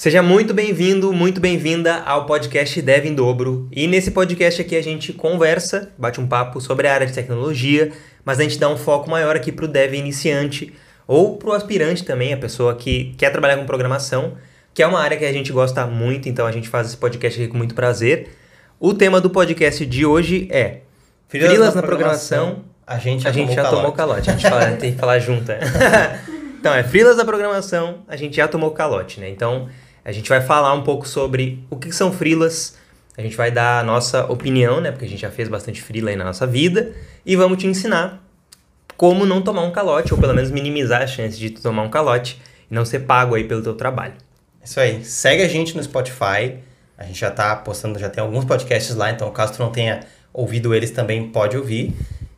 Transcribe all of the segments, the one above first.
Seja muito bem-vindo, muito bem-vinda ao podcast Dev em Dobro. E nesse podcast aqui a gente conversa, bate um papo sobre a área de tecnologia, mas a gente dá um foco maior aqui para o dev iniciante ou para o aspirante também, a pessoa que quer trabalhar com programação, que é uma área que a gente gosta muito, então a gente faz esse podcast aqui com muito prazer. O tema do podcast de hoje é Freelas na programação, a gente já tomou calote. A gente tem que falar junto, né? Então, Freelas da programação, a gente já tomou calote, né? Então, a gente vai falar um pouco sobre o que são freelas, a gente vai dar a nossa opinião, né? Porque a gente já fez bastante freela aí na nossa vida, e vamos te ensinar como não tomar um calote, ou pelo menos minimizar a chance de tu tomar um calote e não ser pago aí pelo teu trabalho. Isso aí. Segue a gente no Spotify, a gente já tá postando, já tem alguns podcasts lá, então caso tu não tenha ouvido eles, também pode ouvir.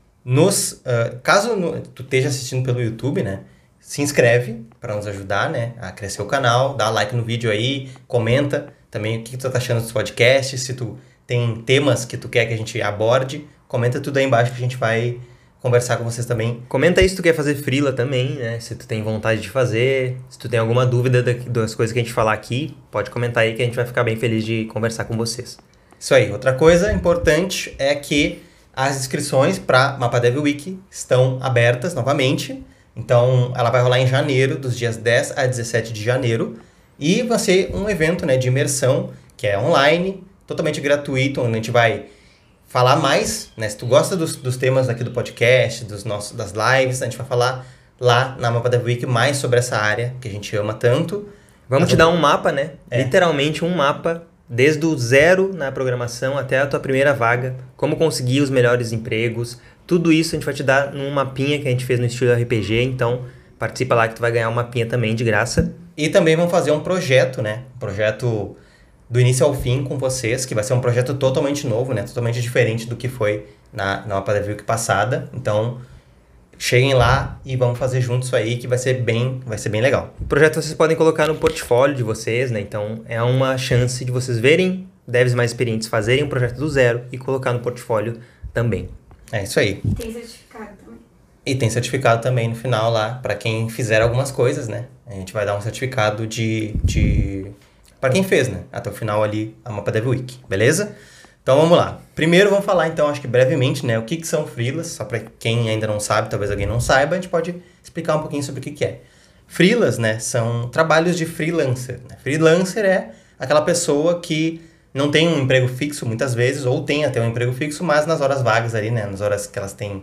Caso tu esteja assistindo pelo YouTube, né? Se inscreve para nos ajudar, né, a crescer o canal, dá like no vídeo aí, comenta também o que tu tá achando dos podcasts, se tu tem temas que tu quer que a gente aborde, comenta tudo aí embaixo que a gente vai conversar com vocês também. Comenta aí se tu quer fazer freela também, né, se tu tem vontade de fazer, se tu tem alguma dúvida das coisas que a gente falar aqui, pode comentar aí que a gente vai ficar bem feliz de conversar com vocês. Isso aí. Outra coisa importante é que as inscrições para MapaDev Week estão abertas novamente. Então, ela vai rolar em janeiro, dos dias 10 a 17 de janeiro. E vai ser um evento, né, de imersão, que é online, totalmente gratuito, onde a gente vai falar mais, né? Se tu gosta dos temas aqui do podcast, das lives, a gente vai falar lá na MapaDev Week mais sobre essa área que a gente ama tanto. Vamos te dar um mapa, né? Literalmente um mapa, desde o zero na programação até a tua primeira vaga, como conseguir os melhores empregos. Tudo isso a gente vai te dar num mapinha que a gente fez no estilo RPG, então participa lá que tu vai ganhar um mapinha também de graça. E também vamos fazer um projeto, né? Um projeto do início ao fim com vocês, que vai ser um projeto totalmente novo, né? Totalmente diferente do que foi na MapaDev Week passada. Então, cheguem lá e vamos fazer juntos isso aí, que vai ser bem legal. O projeto vocês podem colocar no portfólio de vocês, né? Então, é uma chance de vocês verem devs mais experientes fazerem um projeto do zero e colocar no portfólio também. É isso aí. Tem certificado também. E tem certificado também no final lá, para quem fizer algumas coisas, né? A gente vai dar um certificado para quem fez, né? Até o final ali, a MapaDev Week, beleza? Então vamos lá. Primeiro vamos falar então, acho que brevemente, né? O que são freelas, só para quem ainda não sabe, talvez alguém não saiba, a gente pode explicar um pouquinho sobre o que é. Freelas, né? São trabalhos de freelancer, né? Freelancer é aquela pessoa que não tem um emprego fixo muitas vezes, ou tem até um emprego fixo, mas nas horas vagas ali, né, nas horas que elas têm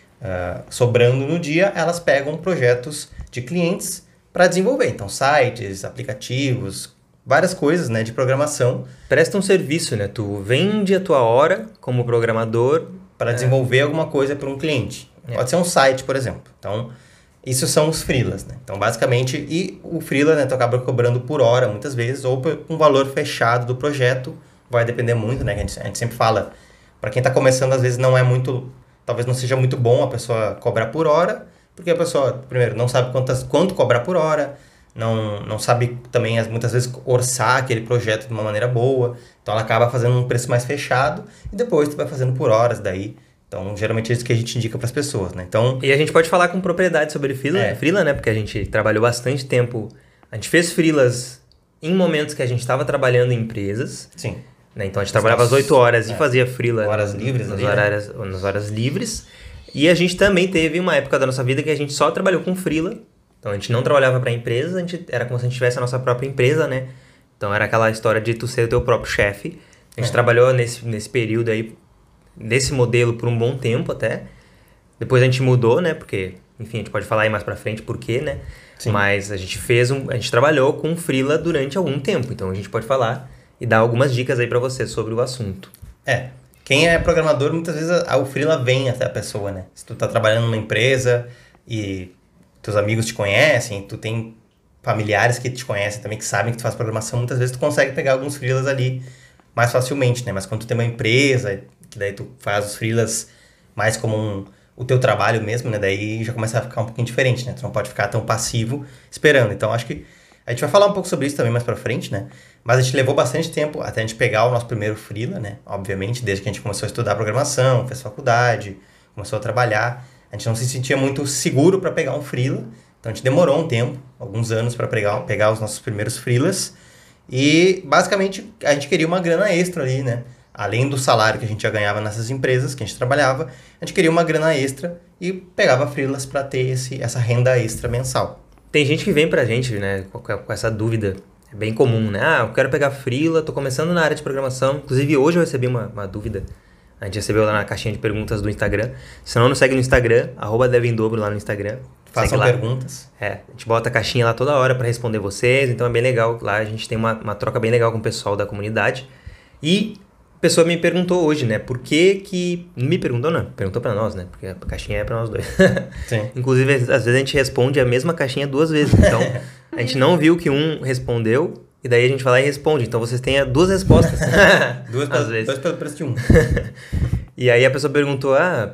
sobrando no dia, elas pegam projetos de clientes para desenvolver. Então, sites, aplicativos, várias coisas, né, de programação. Presta um serviço, né? Tu vende a tua hora como programador para desenvolver alguma coisa para um cliente. Pode ser um site, por exemplo. Então, isso são os freelas, né? Então, basicamente, e o freela, né, tu acaba cobrando por hora, muitas vezes, ou por um valor fechado do projeto, vai depender muito, né? A gente sempre fala, para quem está começando, às vezes não é muito, talvez não seja muito bom a pessoa cobrar por hora, porque a pessoa, primeiro, não sabe quanto cobrar por hora, não sabe também, muitas vezes, orçar aquele projeto de uma maneira boa, então ela acaba fazendo um preço mais fechado, e depois tu vai fazendo por horas daí. Então, geralmente é isso que a gente indica para as pessoas, né? Então, e a gente pode falar com propriedade sobre freela, né? Porque a gente trabalhou bastante tempo. A gente fez freelas em momentos que a gente estava trabalhando em empresas. Sim. Né? Então, a gente trabalhava as 8 horas e fazia freela horas livres nas horas livres. E a gente também teve uma época da nossa vida que a gente só trabalhou com freela. Então, a gente não trabalhava para a empresa, era como se a gente tivesse a nossa própria empresa, né? Então, era aquela história de tu ser o teu próprio chefe. A gente trabalhou nesse período aí, desse modelo por um bom tempo até. Depois a gente mudou, né? Porque, enfim, a gente pode falar aí mais pra frente por quê, né? Sim. Mas a gente trabalhou com freela durante algum tempo. Então a gente pode falar e dar algumas dicas aí pra você sobre o assunto. Quem é programador, muitas vezes o freela vem até a pessoa, né? Se tu tá trabalhando numa empresa e teus amigos te conhecem, tu tem familiares que te conhecem também, que sabem que tu faz programação, muitas vezes tu consegue pegar alguns freelas ali mais facilmente, né? Mas quando tu tem uma empresa, que daí tu faz os freelas mais como o teu trabalho mesmo, né? Daí já começa a ficar um pouquinho diferente, né? Tu não pode ficar tão passivo esperando. Então, acho que a gente vai falar um pouco sobre isso também mais pra frente, né? Mas a gente levou bastante tempo até a gente pegar o nosso primeiro freela, né? Obviamente, desde que a gente começou a estudar programação, fez faculdade, começou a trabalhar, a gente não se sentia muito seguro para pegar um freela. Então, a gente demorou um tempo, alguns anos, para pegar os nossos primeiros freelas. E, basicamente, a gente queria uma grana extra ali, né? Além do salário que a gente já ganhava nessas empresas que a gente trabalhava, a gente queria uma grana extra e pegava freelas para ter essa renda extra mensal. Tem gente que vem pra gente, né, com essa dúvida. É bem comum, né? Ah, eu quero pegar freela, tô começando na área de programação. Inclusive, hoje eu recebi uma dúvida. A gente recebeu lá na caixinha de perguntas do Instagram. Se não nos segue no Instagram, @devendobro lá no Instagram. Façam perguntas. A gente bota a caixinha lá toda hora para responder vocês, então é bem legal. Lá a gente tem uma troca bem legal com o pessoal da comunidade. E a pessoa me perguntou hoje, né, por que... Não me perguntou, não. Perguntou para nós, né, porque a caixinha é para nós dois. Sim. Inclusive, às vezes a gente responde a mesma caixinha 2 vezes. Então, a gente não viu que um respondeu, e daí a gente vai lá e responde. Então, vocês têm 2 respostas. Duas pelo preço de um. E aí a pessoa perguntou,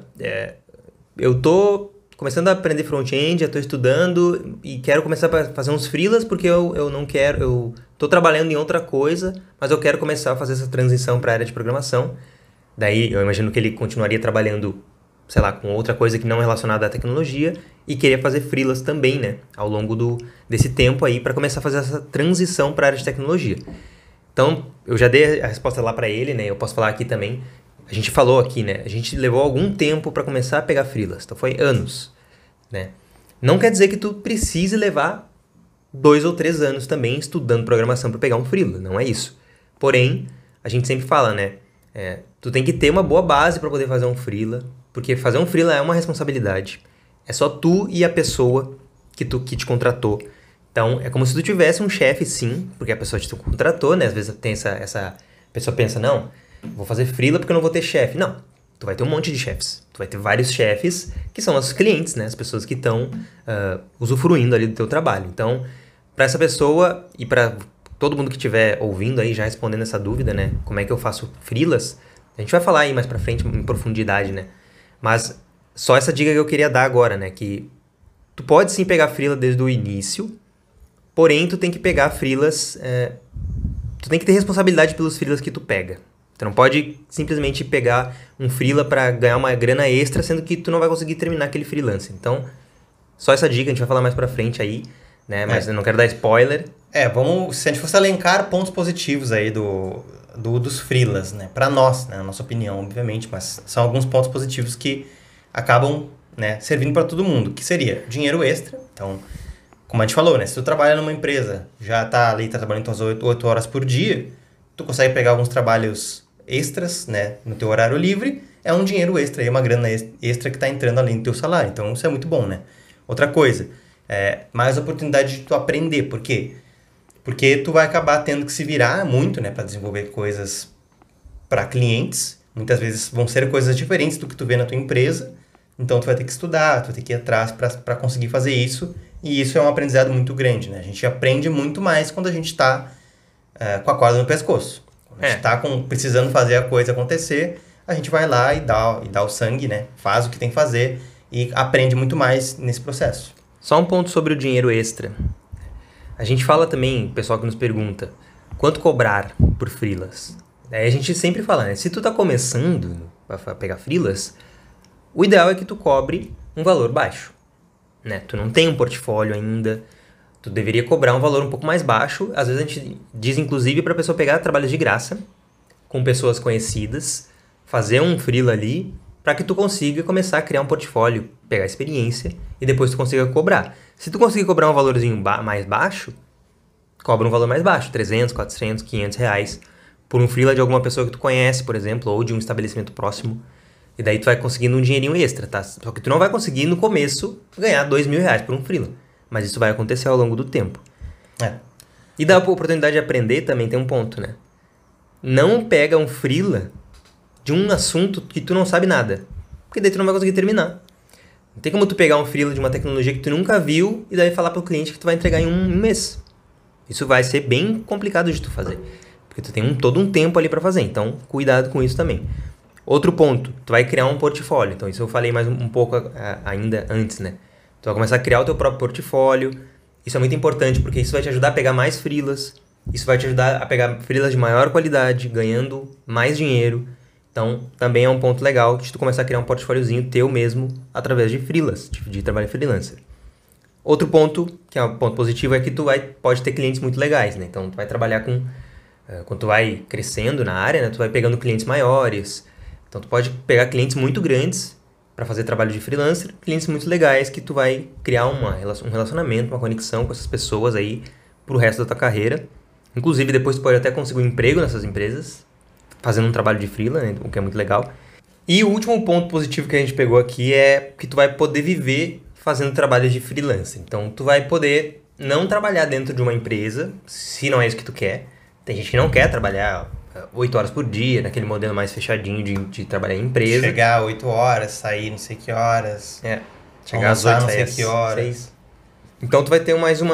eu tô começando a aprender front-end, eu tô estudando e quero começar a fazer uns freelas porque eu não quero, eu tô trabalhando em outra coisa, mas eu quero começar a fazer essa transição para a área de programação. Daí eu imagino que ele continuaria trabalhando, sei lá, com outra coisa que não é relacionada à tecnologia e queria fazer freelas também, né, ao longo desse tempo aí para começar a fazer essa transição para a área de tecnologia. Então, eu já dei a resposta lá para ele, né, eu posso falar aqui também. A gente falou aqui, né? A gente levou algum tempo para começar a pegar freelas. Então, foi anos, né? Não quer dizer que tu precise levar 2 ou 3 anos também estudando programação para pegar um freela. Não é isso. Porém, a gente sempre fala, né? Tu tem que ter uma boa base para poder fazer um freela. Porque fazer um freela é uma responsabilidade. É só tu e a pessoa que te contratou. Então, é como se tu tivesse um chefe, sim. Porque a pessoa te contratou, né? Às vezes tem essa pessoa pensa, não... Vou fazer freela porque eu não vou ter chefe. Não, tu vai ter um monte de chefes. Tu vai ter vários chefes que são nossos clientes, né? As pessoas que estão usufruindo ali do teu trabalho. Então, para essa pessoa e para todo mundo que estiver ouvindo aí, já respondendo essa dúvida, né? Como é que eu faço freelas? A gente vai falar aí mais pra frente em profundidade, né? Mas só essa dica que eu queria dar agora, né? Que tu pode sim pegar freela desde o início, porém tu tem que pegar freelas... tu tem que ter responsabilidade pelos freelas que tu pega. Você não pode simplesmente pegar um freela para ganhar uma grana extra, sendo que tu não vai conseguir terminar aquele freelance. Então, só essa dica, a gente vai falar mais pra frente aí, né? Mas eu não quero dar spoiler. Se a gente fosse elencar pontos positivos aí dos freelas, né? Pra nós, né? Na nossa opinião, obviamente, mas são alguns pontos positivos que acabam, né, servindo para todo mundo, que seria dinheiro extra. Então, como a gente falou, né? Se tu trabalha numa empresa, já tá trabalhando então, 8 horas por dia, tu consegue pegar alguns trabalhos extras, né, no teu horário livre, é um dinheiro extra, é uma grana extra que está entrando além do teu salário. Então, isso é muito bom, né? Outra coisa, mais oportunidade de tu aprender. Por quê? Porque tu vai acabar tendo que se virar muito, né, para desenvolver coisas para clientes. Muitas vezes vão ser coisas diferentes do que tu vê na tua empresa. Então, tu vai ter que estudar, tu vai ter que ir atrás para conseguir fazer isso. E isso é um aprendizado muito grande, né? A gente aprende muito mais quando a gente está com a corda no pescoço. Quando a gente está precisando fazer a coisa acontecer, a gente vai lá e dá o sangue, né? Faz o que tem que fazer e aprende muito mais nesse processo. Só um ponto sobre o dinheiro extra. A gente fala também, pessoal que nos pergunta, quanto cobrar por freelas? Aí a gente sempre fala, né? Se tu tá começando a pegar freelas, o ideal é que tu cobre um valor baixo, né? Tu não tem um portfólio ainda, tu deveria cobrar um valor um pouco mais baixo. Às vezes a gente diz, inclusive, para a pessoa pegar trabalhos de graça, com pessoas conhecidas, fazer um freela ali, para que tu consiga começar a criar um portfólio, pegar experiência, e depois tu consiga cobrar. Se tu conseguir cobrar um valorzinho mais baixo, cobra um valor mais baixo, 300, 400, 500 reais, por um freela de alguma pessoa que tu conhece, por exemplo, ou de um estabelecimento próximo. E daí tu vai conseguindo um dinheirinho extra, tá? Só que tu não vai conseguir, no começo, ganhar 2.000 reais por um freela. Mas isso vai acontecer ao longo do tempo. E da oportunidade de aprender também tem um ponto, né? Não pega um freela de um assunto que tu não sabe nada. Porque daí tu não vai conseguir terminar. Não tem como tu pegar um freela de uma tecnologia que tu nunca viu e daí falar pro cliente que tu vai entregar em um mês. Isso vai ser bem complicado de tu fazer. Porque tu tem todo um tempo ali para fazer. Então, cuidado com isso também. Outro ponto, tu vai criar um portfólio. Então, isso eu falei mais um pouco ainda antes, né? Tu vai começar a criar o teu próprio portfólio. Isso é muito importante, porque isso vai te ajudar a pegar mais freelas. Isso vai te ajudar a pegar freelas de maior qualidade, ganhando mais dinheiro. Então, também é um ponto legal de tu começar a criar um portfóliozinho teu mesmo através de freelas, de trabalho freelancer. Outro ponto, que é um ponto positivo, é que pode ter clientes muito legais, né? Então, tu vai trabalhar quando tu vai crescendo na área, né? Tu vai pegando clientes maiores. Então, tu pode pegar clientes muito grandes para fazer trabalho de freelancer, clientes muito legais que tu vai criar um relacionamento, uma conexão com essas pessoas aí pro resto da tua carreira. Inclusive, depois tu pode até conseguir um emprego nessas empresas, fazendo um trabalho de freela, né? O que é muito legal. E o último ponto positivo que a gente pegou aqui é que tu vai poder viver fazendo trabalhos de freelancer. Então, tu vai poder não trabalhar dentro de uma empresa, se não é isso que tu quer. Tem gente que não quer trabalhar 8 horas por dia, naquele modelo mais fechadinho de trabalhar em empresa. Chegar 8 horas, sair não sei que horas. Chegar às 8, não sei que horas. 6. Então, tu vai ter mais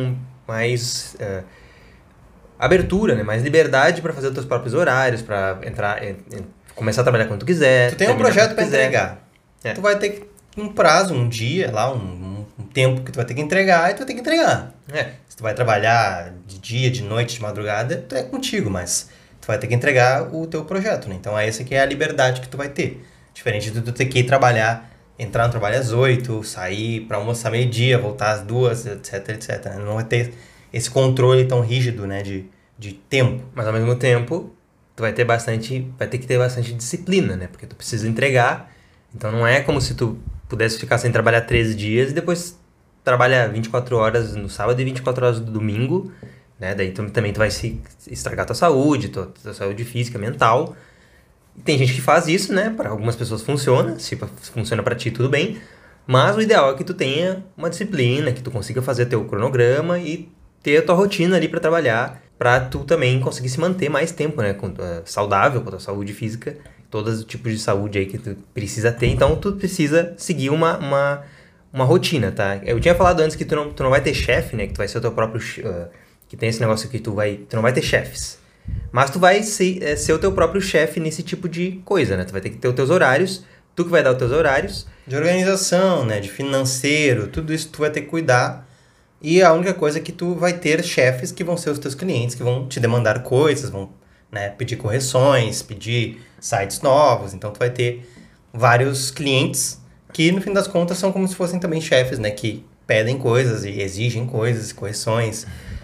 abertura, né? Mais liberdade para fazer os teus próprios horários, para entrar, começar a trabalhar quando tu quiser. Tu tem um projeto para entregar. Tu vai ter um prazo, um dia, lá, um tempo que tu vai ter que entregar e tu vai ter que entregar. Se tu vai trabalhar de dia, de noite, de madrugada, é contigo, mas tu vai ter que entregar o teu projeto, né? Então, essa que é a liberdade que tu vai ter. Diferente de tu ter que ir trabalhar, entrar no trabalho às 8, sair para almoçar meio-dia, voltar às 2, etc, etc. Não vai ter esse controle tão rígido, né, de tempo. Mas ao mesmo tempo, tu vai ter que ter bastante disciplina, né? Porque tu precisa entregar. Então não é como se tu pudesse ficar sem trabalhar 13 dias e depois trabalha 24 horas no sábado e 24 horas no domingo, né? Daí também tu vai se estragar tua saúde física, mental. E tem gente que faz isso, né? Para algumas pessoas funciona, se funciona para ti, tudo bem. Mas o ideal é que tu tenha uma disciplina, que tu consiga fazer teu cronograma e ter a tua rotina ali para trabalhar, para tu também conseguir se manter mais tempo, né? Saudável, com a tua saúde física, todos os tipos de saúde aí que tu precisa ter. Então, tu precisa seguir uma rotina, tá? Eu tinha falado antes que tu não vai ter chefe, né? Que tu vai ser o teu próprio... que tem esse negócio que tu não vai ter chefes. Mas tu vai ser o teu próprio chefe nesse tipo de coisa, né? Tu vai ter que ter os teus horários, tu que vai dar os teus horários. De organização, né? De financeiro, tudo isso tu vai ter que cuidar. E a única coisa é que tu vai ter chefes que vão ser os teus clientes, que vão te demandar coisas, vão, né, pedir correções, pedir sites novos. Então, tu vai ter vários clientes que, no fim das contas, são como se fossem também chefes, né? Que pedem coisas e exigem coisas, correções.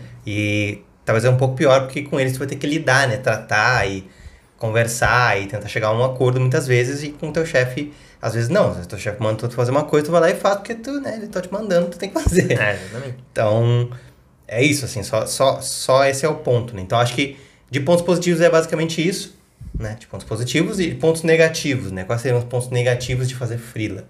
E talvez é um pouco pior, porque com eles tu vai ter que lidar, né? Tratar e conversar e tentar chegar a um acordo muitas vezes. E com o teu chefe, às vezes não. Se o teu chefe manda tu fazer uma coisa, tu vai lá e faz, porque ele tá te mandando, tu tem que fazer. Exatamente. Então, é isso, assim, só esse é o ponto, né? Então, acho que de pontos positivos é basicamente isso, né? De pontos positivos e pontos negativos, né? Quais seriam os pontos negativos de fazer freela?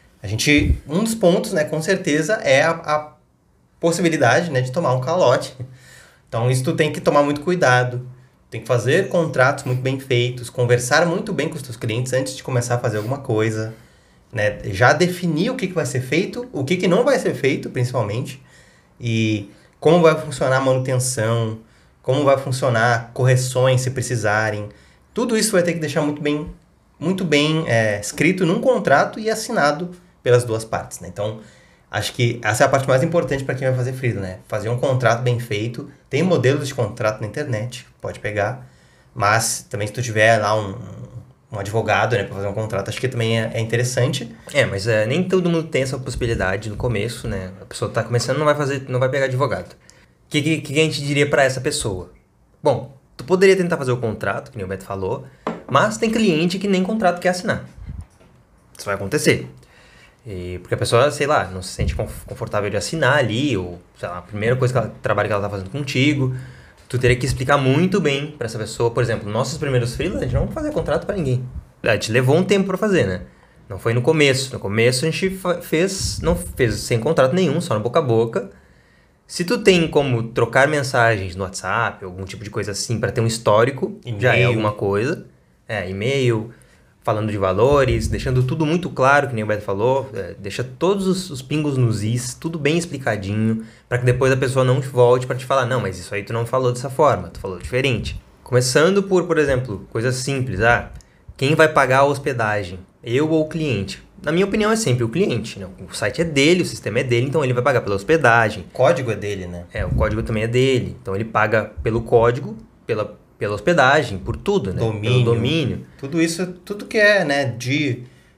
Um dos pontos, né, com certeza, é a possibilidade, né, de tomar um calote. Então, isso tu tem que tomar muito cuidado. Tem que fazer contratos muito bem feitos, conversar muito bem com os teus clientes antes de começar a fazer alguma coisa, né? Já definir o que vai ser feito, o que não vai ser feito, principalmente, e como vai funcionar a manutenção, como vai funcionar correções se precisarem. Tudo isso vai ter que deixar muito bem escrito num contrato e assinado pelas duas partes, né? Então, acho que essa é a parte mais importante para quem vai fazer freela, né? Fazer um contrato bem feito. Tem modelos de contrato na internet, pode pegar. Mas também se tu tiver lá um advogado, né, para fazer um contrato, acho que também é interessante. Mas nem todo mundo tem essa possibilidade no começo, né? A pessoa tá começando, não vai pegar advogado. O que a gente diria para essa pessoa? Bom, tu poderia tentar fazer o contrato, que nem o Beto falou, mas tem cliente que nem contrato quer assinar. Isso vai acontecer. Porque a pessoa, sei lá, não se sente confortável de assinar ali, ou, sei lá, a primeira trabalho que ela tá fazendo contigo, tu teria que explicar muito bem pra essa pessoa. Por exemplo, nossos primeiros freelas, a gente não fazia contrato pra ninguém. A gente levou um tempo pra fazer, né? Não foi no começo. No começo a gente não fez sem contrato nenhum, só no boca a boca. Se tu tem como trocar mensagens no WhatsApp, algum tipo de coisa assim, pra ter um histórico, já é alguma coisa. E-mail, falando de valores, deixando tudo muito claro, que nem o Beto falou, deixa todos os pingos nos is, tudo bem explicadinho, para que depois a pessoa não volte para te falar, não, mas isso aí tu não falou dessa forma, tu falou diferente. Começando por exemplo, coisas simples, quem vai pagar a hospedagem? Eu ou o cliente? Na minha opinião é sempre o cliente, né? O site é dele, o sistema é dele, então ele vai pagar pela hospedagem. O código é dele, né? O código também é dele, então ele paga pelo código, pela hospedagem, por tudo, né? Domínio. Pelo domínio. Tudo isso, tudo que é, né,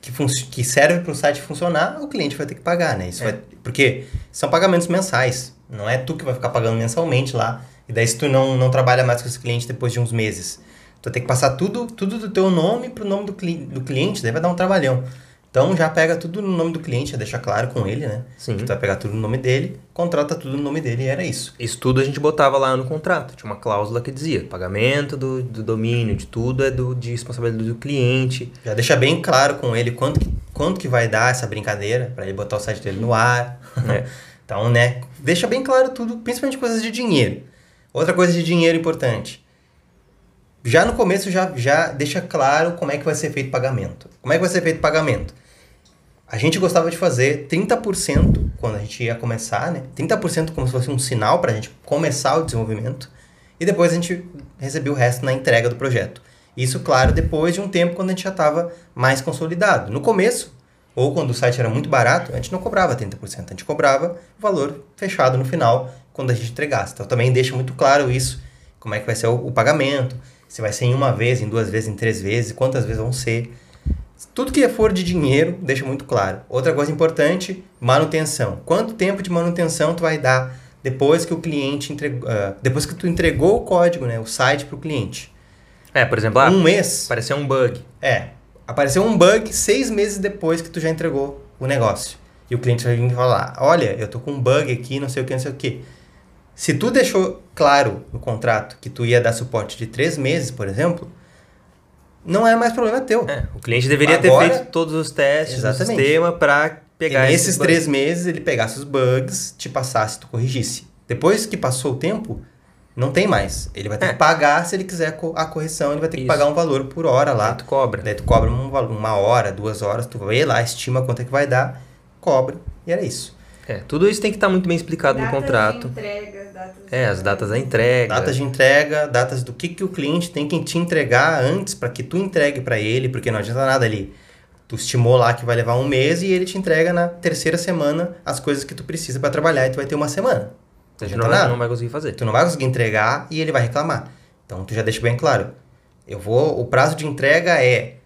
que serve para o site funcionar, o cliente vai ter que pagar, né? Porque são pagamentos mensais. Não é tu que vai ficar pagando mensalmente lá. E daí se tu não trabalha mais com esse cliente depois de uns meses, tu vai ter que passar tudo do teu nome pro nome do cliente, daí vai dar um trabalhão. Então já pega tudo no nome do cliente, já deixa claro com ele, né? Sim. Que tu vai pegar tudo no nome dele, contrata tudo no nome dele e era isso. Isso tudo a gente botava lá no contrato. Tinha uma cláusula que dizia, pagamento do domínio, de tudo é de responsabilidade do cliente. Já deixa bem claro com ele quanto que vai dar essa brincadeira, para ele botar o site dele no ar. Então, né? Deixa bem claro tudo, principalmente coisas de dinheiro. Outra coisa de dinheiro importante. Já no começo, já deixa claro como é que vai ser feito o pagamento. Como é que vai ser feito o pagamento? A gente gostava de fazer 30% quando a gente ia começar, né? 30% como se fosse um sinal para a gente começar o desenvolvimento. E depois a gente recebia o resto na entrega do projeto. Isso, claro, depois de um tempo quando a gente já estava mais consolidado. No começo, ou quando o site era muito barato, a gente não cobrava 30%. A gente cobrava o valor fechado no final quando a gente entregasse. Então também deixa muito claro isso, como é que vai ser o pagamento, se vai ser em uma vez, em 2 vezes, em 3 vezes, quantas vezes vão ser. Tudo que for de dinheiro, deixa muito claro. Outra coisa importante, manutenção. Quanto tempo de manutenção tu vai dar depois que o cliente depois que tu entregou o código, né, o site para o cliente? Por exemplo, um mês. Apareceu um bug. Apareceu um bug 6 meses depois que tu já entregou o negócio. E o cliente vai vir falar, olha, eu tô com um bug aqui, não sei o que, não sei o que. Se tu deixou claro no contrato que tu ia dar suporte de 3 meses, por exemplo, não é mais problema teu. O cliente deveria ter feito todos os testes do sistema para pegar esses 3 meses ele pegasse os bugs, te passasse, tu corrigisse. Depois que passou o tempo, não tem mais. Ele vai ter que pagar, se ele quiser a correção, ele vai ter que pagar um valor por hora lá. Daí tu cobra. Daí tu cobra uma hora, 2 horas, tu vai lá, estima quanto é que vai dar, cobra, e era isso. Tudo isso tem que estar muito bem explicado no contrato. As datas da entrega. Datas de entrega, datas do que o cliente tem que te entregar antes para que tu entregue para ele, porque não adianta nada ali. Tu estimou lá que vai levar 1 mês e ele te entrega na 3ª semana as coisas que tu precisa para trabalhar e tu vai ter 1 semana. Não vai conseguir fazer. Tu não vai conseguir entregar e ele vai reclamar. Então tu já deixa bem claro. O prazo de entrega é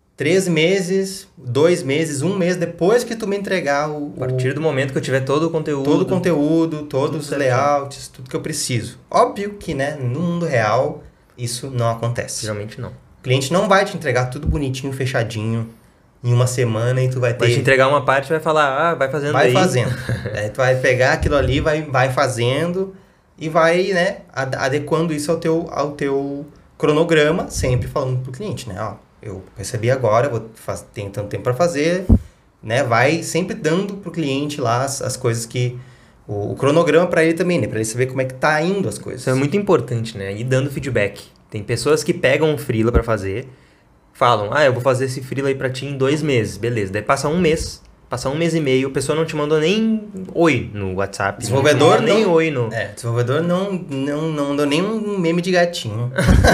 3 meses, 2 meses, 1 mês depois que tu me entregar a partir do momento que eu tiver todo o conteúdo. Todo o conteúdo, todos os layouts, tudo que eu preciso. Óbvio que, né, no mundo real, isso não acontece. Geralmente não. O cliente não vai te entregar tudo bonitinho, fechadinho, em 1 semana e tu vai ter... Vai te entregar uma parte e vai falar, vai fazendo aí. Vai fazendo. Aí tu vai pegar aquilo ali, vai fazendo e vai, né, adequando isso ao teu cronograma, sempre falando pro cliente, né, eu recebi agora, tenho tanto tempo para fazer, né? Vai sempre dando pro cliente lá as coisas que... O cronograma para ele também, né? Para ele saber como é que tá indo as coisas. Isso é muito importante, né? Ir dando feedback. Tem pessoas que pegam um freela para fazer, falam, eu vou fazer esse freela aí para ti em 2 meses. Beleza. Daí passa 1 mês, passa 1 mês e meio, a pessoa não te mandou nem oi no WhatsApp. Desenvolvedor nem oi no... desenvolvedor não mandou nem um meme de gatinho.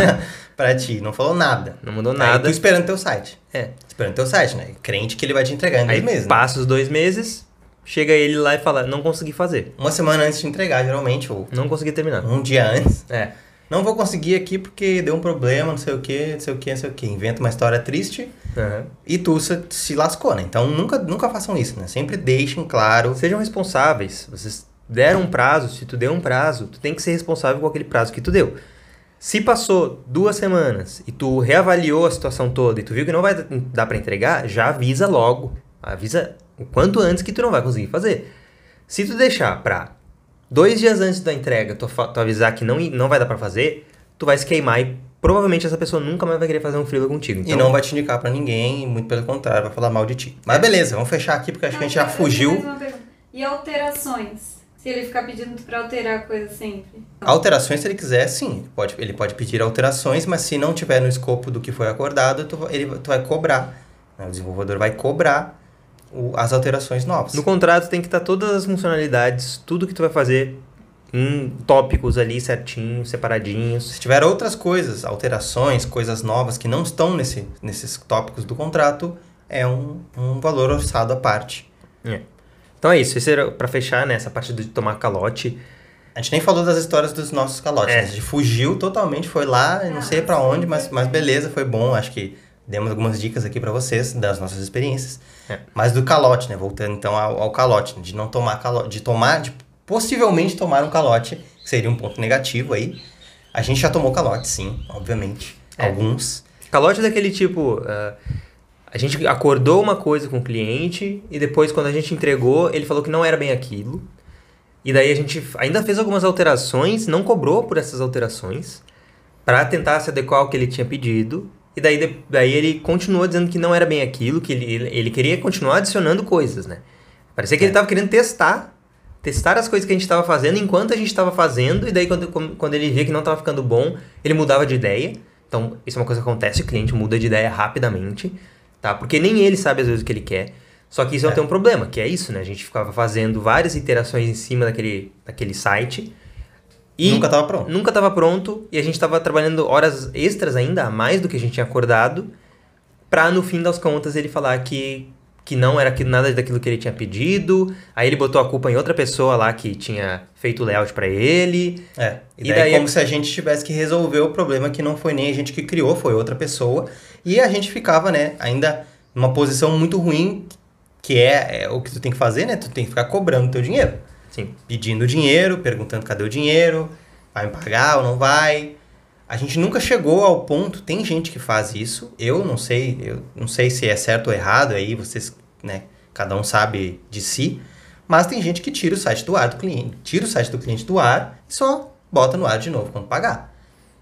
Pra ti, não falou nada. Não mandou nada. Tu esperando teu site. Esperando teu site, né? Crente que ele vai te entregar em 2 meses. Passa os 2 meses, chega ele lá e fala, não consegui fazer. 1 semana antes de entregar, geralmente. Ou não consegui terminar. 1 dia antes. Não vou conseguir aqui porque deu um problema, não sei o que. Inventa uma história triste e tu se lascou, né? Então nunca façam isso, né? Sempre deixem claro. Sejam responsáveis. Vocês deram um prazo, se tu deu um prazo, tu tem que ser responsável com aquele prazo que tu deu. Se passou 2 semanas e tu reavaliou a situação toda e tu viu que não vai dar para entregar, já avisa logo. Avisa o quanto antes que tu não vai conseguir fazer. Se tu deixar para 2 dias antes da entrega, tu avisar que não vai dar para fazer, tu vai se queimar e provavelmente essa pessoa nunca mais vai querer fazer um freela contigo. Então... E não vai te indicar para ninguém, muito pelo contrário, vai falar mal de ti. Mas beleza, vamos fechar aqui porque acho que a gente já fugiu. E alterações? Se ele ficar pedindo pra alterar a coisa sempre. Alterações, se ele quiser, sim. Ele pode pedir alterações, mas se não tiver no escopo do que foi acordado, tu vai cobrar. O desenvolvedor vai cobrar as alterações novas. No contrato tem que estar todas as funcionalidades, tudo que tu vai fazer em tópicos ali certinho, separadinhos. Se tiver outras coisas, alterações, coisas novas que não estão nesses tópicos do contrato, é um valor orçado à parte. Então é isso, esse era pra fechar, né, essa parte de tomar calote. A gente nem falou das histórias dos nossos calotes, A gente fugiu totalmente, foi lá, não sei pra onde, mas beleza, foi bom, acho que Demos algumas dicas aqui pra vocês das nossas experiências. É. Mas do calote, né? Voltando então ao calote, né? De não tomar calote, de possivelmente tomar um calote, que seria um ponto negativo aí. A gente já tomou calote, sim, obviamente. Alguns. Calote é daquele tipo... a gente acordou uma coisa com o cliente e depois, quando a gente entregou, ele falou que não era bem aquilo. E daí a gente ainda fez algumas alterações, não cobrou por essas alterações, para tentar se adequar ao que ele tinha pedido. E daí ele continuou dizendo que não era bem aquilo, que ele queria continuar adicionando coisas, né? Parecia que ele estava querendo testar as coisas que a gente estava fazendo enquanto a gente estava fazendo, e daí quando ele via que não estava ficando bom, ele mudava de ideia. Então, isso é uma coisa que acontece, o cliente muda de ideia rapidamente, tá? Porque nem ele sabe às vezes o que ele quer. Só que isso tem um problema, que é isso, né? A gente ficava fazendo várias iterações em cima daquele site. E nunca estava pronto. Nunca estava pronto, e a gente estava trabalhando horas extras ainda, a mais do que a gente tinha acordado, pra no fim das contas ele falar que não era nada daquilo que ele tinha pedido. Aí ele botou a culpa em outra pessoa lá que tinha feito o layout pra ele. E daí como se a gente tivesse que resolver o problema que não foi nem a gente que criou, foi outra pessoa. E a gente ficava, né, ainda numa posição muito ruim, que é o que tu tem que fazer, né? Tu tem que ficar cobrando teu dinheiro. Sim. Pedindo dinheiro, perguntando cadê o dinheiro, vai me pagar ou não vai. A gente nunca chegou ao ponto, tem gente que faz isso, eu não sei se é certo ou errado, aí vocês, né, cada um sabe de si, mas tem gente que tira o site do ar do cliente, do ar e só bota no ar de novo quando pagar.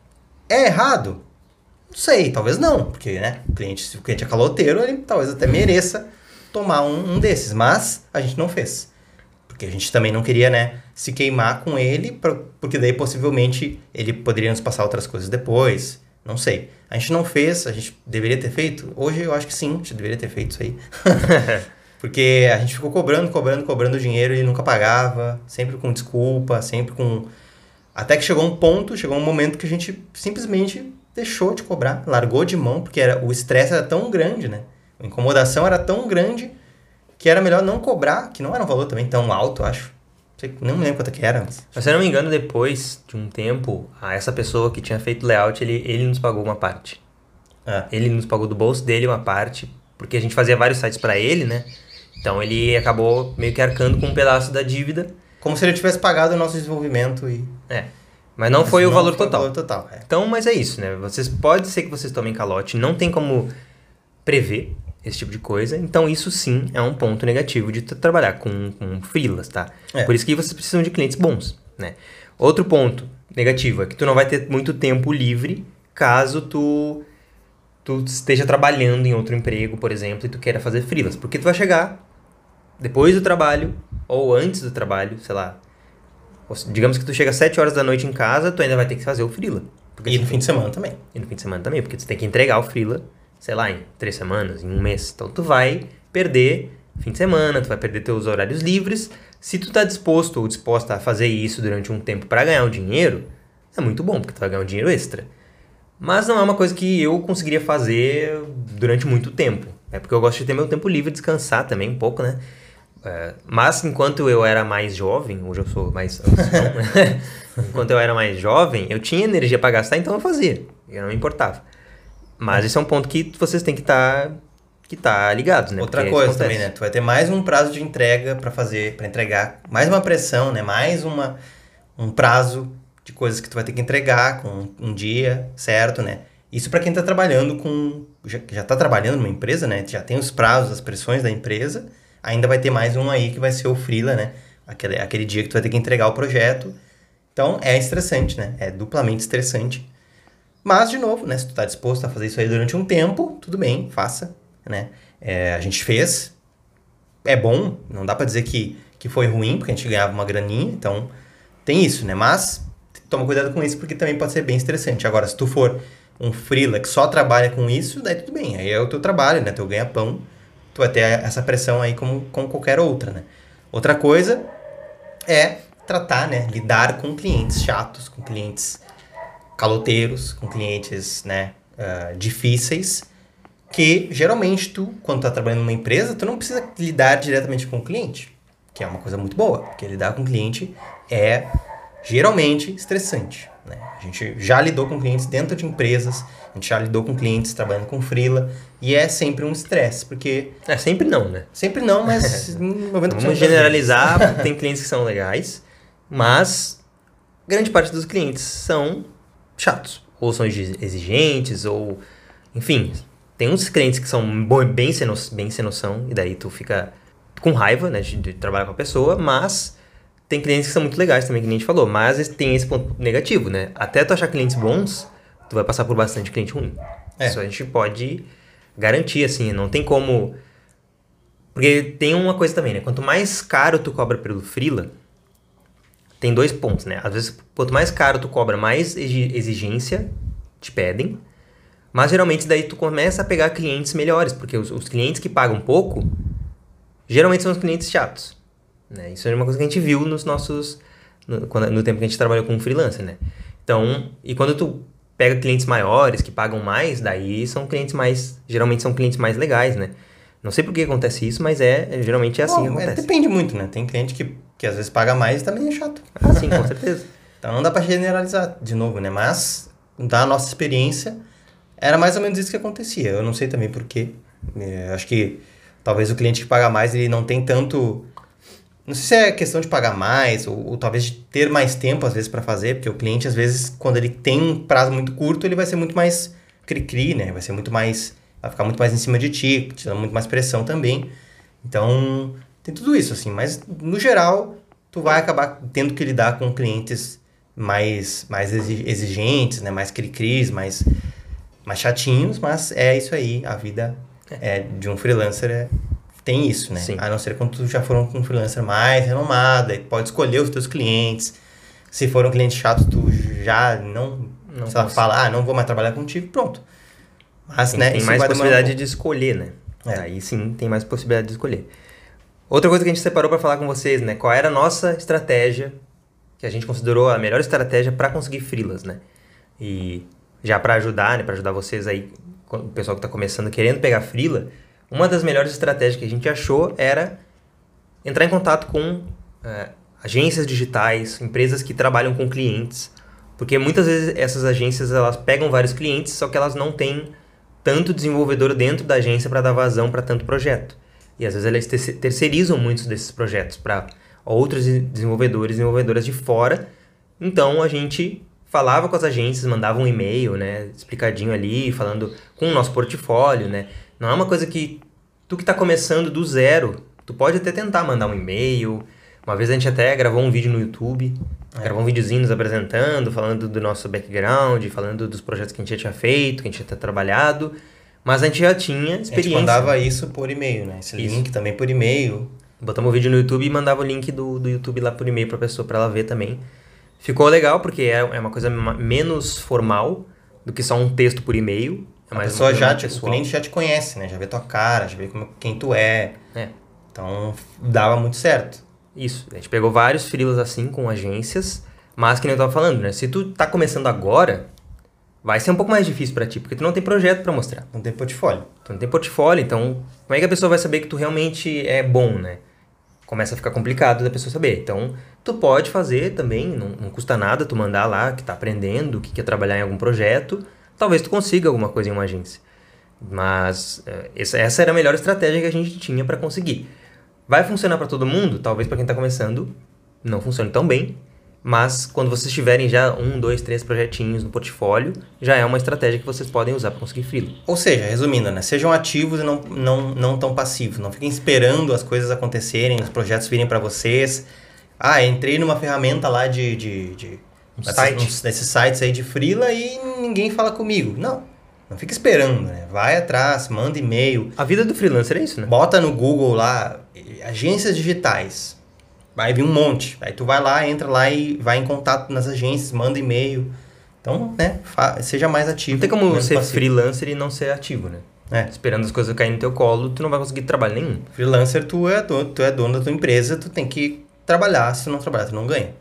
É errado? Não sei, talvez não, porque, né, se o cliente é caloteiro, ele talvez até mereça tomar um desses, mas a gente não fez. Porque a gente também não queria, né, se queimar com ele, porque daí possivelmente ele poderia nos passar outras coisas depois, não sei. A gente não fez, a gente deveria ter feito? Hoje eu acho que sim, a gente deveria ter feito isso aí. Porque a gente ficou cobrando dinheiro e ele nunca pagava, sempre com desculpa, sempre com... Até que chegou um momento que a gente simplesmente deixou de cobrar, largou de mão, porque o estresse era tão grande, né? A incomodação era tão grande que era melhor não cobrar, que não era um valor também tão alto, acho. Não me lembro quanto que era. Mas se eu não me engano, depois de um tempo, essa pessoa que tinha feito o layout, ele nos pagou uma parte. Ele nos pagou do bolso dele uma parte, porque a gente fazia vários sites pra ele, né? Então ele acabou meio que arcando com um pedaço da dívida. Como se ele tivesse pagado o nosso desenvolvimento e... Mas não foi o valor total. O valor total, Então, mas é isso, né? Pode ser que vocês tomem calote, não tem como prever esse tipo de coisa. Então, isso sim é um ponto negativo de trabalhar com freelas, tá? Por isso que vocês precisam de clientes bons, né? Outro ponto negativo é que tu não vai ter muito tempo livre caso tu esteja trabalhando em outro emprego, por exemplo, e tu queira fazer freelas. Porque tu vai chegar depois do trabalho ou antes do trabalho, sei lá. Digamos que tu chega às 7 horas da noite em casa, tu ainda vai ter que fazer o freela. E no fim de semana também. E no fim de semana também, porque tu tem que entregar o freela, sei lá, em 3 semanas, em um mês. Então tu vai perder fim de semana, tu vai perder teus horários livres. Se tu tá disposto ou disposta a fazer isso durante um tempo para ganhar um dinheiro, é muito bom, porque tu vai ganhar um dinheiro extra. Mas não é uma coisa que eu conseguiria fazer durante muito tempo. É porque eu gosto de ter meu tempo livre, descansar também um pouco, né? Mas enquanto eu era mais jovem, hoje eu sou mais ancião, né? Enquanto eu era mais jovem, eu tinha energia para gastar, então eu fazia. Eu não me importava. Mas esse é um ponto que vocês têm que estar ligados, né? Outra coisa também, né? Tu vai ter mais um prazo de entrega para entregar, mais uma pressão, né? Mais um prazo de coisas que tu vai ter que entregar com um dia, certo, né? Isso para quem tá trabalhando já tá trabalhando numa empresa, né? Já tem os prazos, as pressões da empresa. Ainda vai ter mais um aí que vai ser o freela, né? Aquele dia que tu vai ter que entregar o projeto. Então, é estressante, né? É duplamente estressante. Mas, de novo, né? Se tu tá disposto a fazer isso aí durante um tempo, tudo bem, faça, né? A gente fez. É bom, não dá pra dizer que foi ruim, porque a gente ganhava uma graninha. Então, tem isso, né? Mas, toma cuidado com isso, porque também pode ser bem estressante. Agora, se tu for um freela que só trabalha com isso, daí tudo bem. Aí é o teu trabalho, né? Teu ganha-pão. Tu vai ter essa pressão aí como qualquer outra, né? Outra coisa é tratar, né? Lidar com clientes chatos, com clientes caloteiros, com clientes, né? Difíceis, que geralmente quando tá trabalhando numa empresa, tu não precisa lidar diretamente com o cliente, que é uma coisa muito boa, porque lidar com o cliente é geralmente estressante, né? A gente já lidou com clientes dentro de empresas, a gente já lidou com clientes trabalhando com freela, e é sempre um estresse, porque... Sempre não, né? Sempre não, mas 90% das Vamos vezes. generalizar, tem clientes que são legais, mas grande parte dos clientes são chatos, ou são exigentes, ou... Enfim, tem uns clientes que são bem sem noção, e daí tu fica com raiva, né, de trabalhar com a pessoa, mas tem clientes que são muito legais também, que nem a gente falou, mas tem esse ponto negativo, né? Até tu achar clientes bons, tu vai passar por bastante cliente ruim. Isso a gente pode garantir, assim, não tem como... Porque tem uma coisa também, né? Quanto mais caro tu cobra pelo freela, tem 2 pontos, né? Às vezes, quanto mais caro tu cobra, mais exigência te pedem, mas geralmente daí tu começa a pegar clientes melhores, porque os clientes que pagam pouco, geralmente são os clientes chatos, né? Isso é uma coisa que a gente viu nos nossos... No tempo que a gente trabalhou com freelancer, né? Então, e quando tu pega clientes maiores, que pagam mais, daí são clientes mais... Geralmente são clientes mais legais, né? Não sei por que acontece isso, mas geralmente é assim que acontece. Depende muito, né? Tem cliente que às vezes paga mais e também é chato. Ah, sim, com certeza. Então não dá pra generalizar de novo, né? Mas, da nossa experiência, era mais ou menos isso que acontecia. Eu não sei também por quê. Acho que talvez o cliente que paga mais, ele não tem tanto... Não sei se é questão de pagar mais, ou talvez de ter mais tempo, às vezes, para fazer, porque o cliente, às vezes, quando ele tem um prazo muito curto, ele vai ser muito mais cri-cri, né? Vai ficar muito mais em cima de ti, te dando muito mais pressão também. Então, tem tudo isso, assim. Mas, no geral, tu vai acabar tendo que lidar com clientes mais exigentes, né? Mais cri-cris, mais chatinhos, mas é isso aí. A vida de um freelancer tem isso, né? Sim. A não ser quando tu já for um freelancer mais renomado, aí pode escolher os teus clientes. Se for um cliente chato, tu já não se ela fala, não vou mais trabalhar contigo, pronto. Mas, né, tem mais possibilidade de escolher, né? Aí sim, tem mais possibilidade de escolher. Outra coisa que a gente separou para falar com vocês, né? Qual era a nossa estratégia, que a gente considerou a melhor estratégia para conseguir freelas, né? E já para ajudar, né? Para ajudar vocês aí, o pessoal que está começando, querendo pegar freela, uma das melhores estratégias que a gente achou era entrar em contato com agências digitais, empresas que trabalham com clientes, porque muitas vezes essas agências elas pegam vários clientes, só que elas não têm tanto desenvolvedor dentro da agência para dar vazão para tanto projeto. E às vezes elas terceirizam muitos desses projetos para outros desenvolvedores e desenvolvedoras de fora. Então a gente falava com as agências, mandava um e-mail, né, explicadinho ali, falando com o nosso portfólio, né? Não é uma coisa que tu que está começando do zero, tu pode até tentar mandar um e-mail. Uma vez a gente até gravou um vídeo no YouTube, gravou um videozinho nos apresentando, falando do nosso background, falando dos projetos que a gente já tinha feito, que a gente já tinha trabalhado, mas a gente já tinha experiência. A gente mandava isso por e-mail, né? Esse link também por e-mail. Botamos o vídeo no YouTube e mandava o link do YouTube lá por e-mail pra pessoa, pra ela ver também. Ficou legal, porque é uma coisa menos formal do que só um texto por e-mail. A pessoa o cliente já te conhece, né? Já vê tua cara, já vê quem tu é. Então, dava muito certo. Isso. A gente pegou vários freelas assim com agências, mas que nem eu tava falando, né? Se tu tá começando agora, vai ser um pouco mais difícil pra ti, porque tu não tem projeto pra mostrar. Não tem portfólio. Tu não tem portfólio, então como é que a pessoa vai saber que tu realmente é bom, né? Começa a ficar complicado da pessoa saber. Então, tu pode fazer também, não custa nada tu mandar lá que tá aprendendo, que quer trabalhar em algum projeto. Talvez tu consiga alguma coisa em uma agência. Mas essa era a melhor estratégia que a gente tinha para conseguir. Vai funcionar para todo mundo? Talvez para quem está começando não funcione tão bem. Mas quando vocês tiverem já 1, 2, 3 projetinhos no portfólio, já é uma estratégia que vocês podem usar para conseguir freela. Ou seja, resumindo, né? Sejam ativos e não tão passivos. Não fiquem esperando as coisas acontecerem, os projetos virem para vocês. Entrei numa ferramenta lá nesses sites aí de freela e ninguém fala comigo. Não fica esperando, né? Vai atrás, manda e-mail. A vida do freelancer é isso, né? Bota no Google lá, agências digitais. Vai vir um monte. Aí tu vai lá, entra lá e vai em contato nas agências, manda e-mail. Então, né? Seja mais ativo. Não tem como ser freelancer e não ser ativo, né? Esperando as coisas caírem no teu colo, tu não vai conseguir trabalho nenhum. Freelancer, tu é dono da tua empresa, tu tem que trabalhar. Se tu não trabalhar, tu não ganha.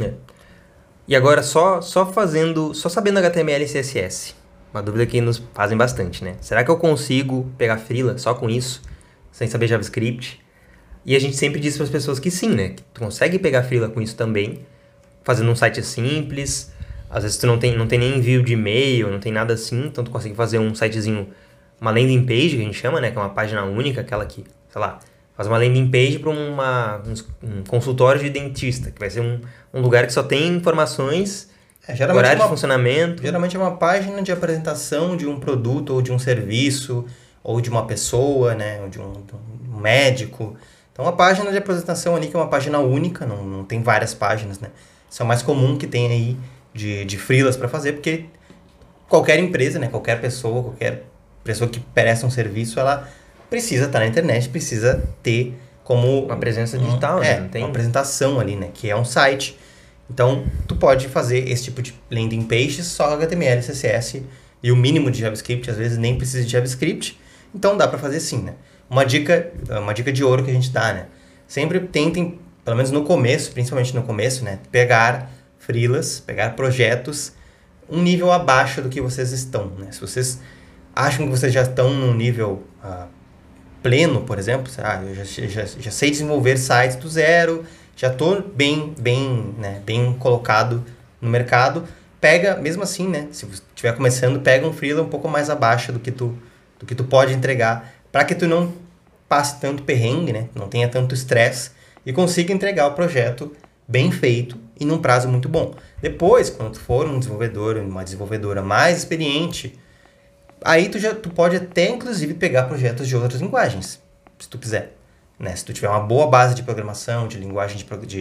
E agora, só sabendo HTML e CSS. Uma dúvida que nos fazem bastante, né? Será que eu consigo pegar freela só com isso? Sem saber JavaScript? E a gente sempre diz para as pessoas que sim, né? Que tu consegue pegar freela com isso também, fazendo um site simples, Às vezes tu não tem nem envio de e-mail, não tem nada assim, então tu consegue fazer um sitezinho, uma landing page, que a gente chama, né? Que é uma página única, aquela que, sei lá, faz uma landing page para um consultório de dentista, que vai ser um lugar que só tem informações, horário de funcionamento. Geralmente é uma página de apresentação de um produto ou de um serviço, ou de uma pessoa, né? Ou de um médico. Então, a página de apresentação ali, que é uma página única, não tem várias páginas, né? Isso é o mais comum que tem aí de freelas para fazer, porque qualquer empresa, né? Qualquer pessoa que presta um serviço, ela precisa estar na internet, precisa ter como... Uma presença digital, né? Não tem uma apresentação ali, né? Que é um site. Então, tu pode fazer esse tipo de landing pages só HTML, CSS e o mínimo de JavaScript, às vezes nem precisa de JavaScript. Então, dá para fazer sim, né? Uma dica de ouro que a gente dá, né? Sempre tentem, pelo menos no começo, principalmente no começo, né? Pegar freelas, pegar projetos um nível abaixo do que vocês estão, né? Se vocês acham que vocês já estão num nível pleno, por exemplo, eu já sei desenvolver sites do zero, já estou bem colocado no mercado, pega, mesmo assim, né? Se você estiver começando, pega um freela um pouco mais abaixo do que tu pode entregar, para que tu não passe tanto perrengue, né? Não tenha tanto estresse e consiga entregar o projeto bem feito e num prazo muito bom. Depois, quando tu for um desenvolvedor, uma desenvolvedora mais experiente, aí tu pode até, inclusive, pegar projetos de outras linguagens, se tu quiser. Né? Se tu tiver uma boa base de programação, de linguagem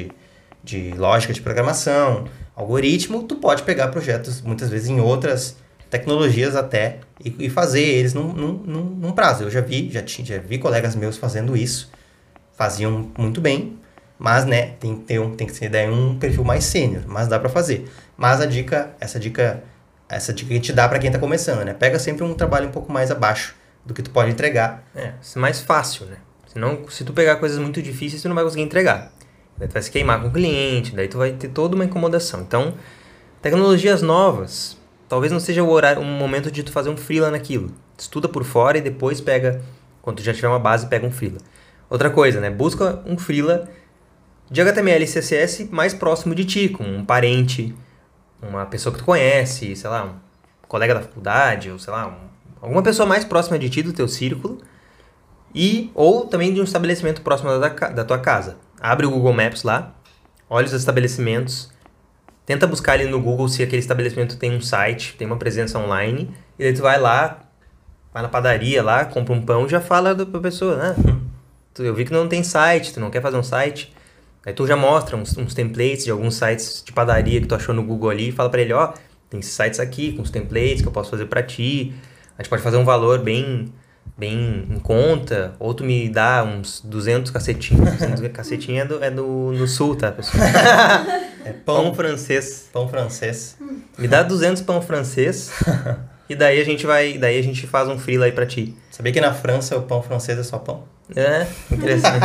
de lógica de programação, algoritmo, tu pode pegar projetos, muitas vezes, em outras tecnologias até, e fazer eles num prazo. Eu já vi colegas meus fazendo isso, faziam muito bem, mas, né, tem que ser daí um perfil mais sênior, mas dá para fazer. Mas essa dica que a gente dá para quem tá começando, né? Pega sempre um trabalho um pouco mais abaixo do que tu pode entregar. É mais fácil, né? Senão, se tu pegar coisas muito difíceis, tu não vai conseguir entregar. Daí tu vai se queimar com o cliente, daí tu vai ter toda uma incomodação. Então, tecnologias novas, talvez não seja o momento de tu fazer um freela naquilo. Estuda por fora e depois pega, quando tu já tiver uma base, pega um freela. Outra coisa, né? Busca um freela de HTML e CSS mais próximo de ti, com um parente, uma pessoa que tu conhece, sei lá, um colega da faculdade, ou sei lá, alguma pessoa mais próxima de ti, do teu círculo, ou também de um estabelecimento próximo da tua casa. Abre o Google Maps lá, olha os estabelecimentos, tenta buscar ali no Google se aquele estabelecimento tem um site, tem uma presença online, e daí tu vai lá, vai na padaria lá, compra um pão e já fala pra pessoa, né? Eu vi que não tem site, tu não quer fazer um site. Aí tu já mostra uns templates de alguns sites de padaria que tu achou no Google ali e fala pra ele, tem esses sites aqui com os templates que eu posso fazer pra ti. A gente pode fazer um valor bem em conta, ou tu me dá uns 200 cacetinhos. Cacetinho no sul, tá, pessoal? É pão francês. Pão francês. Me dá 200 pão francês e daí a gente faz um freela aí pra ti. Sabia que na França o pão francês é só pão? É, interessante.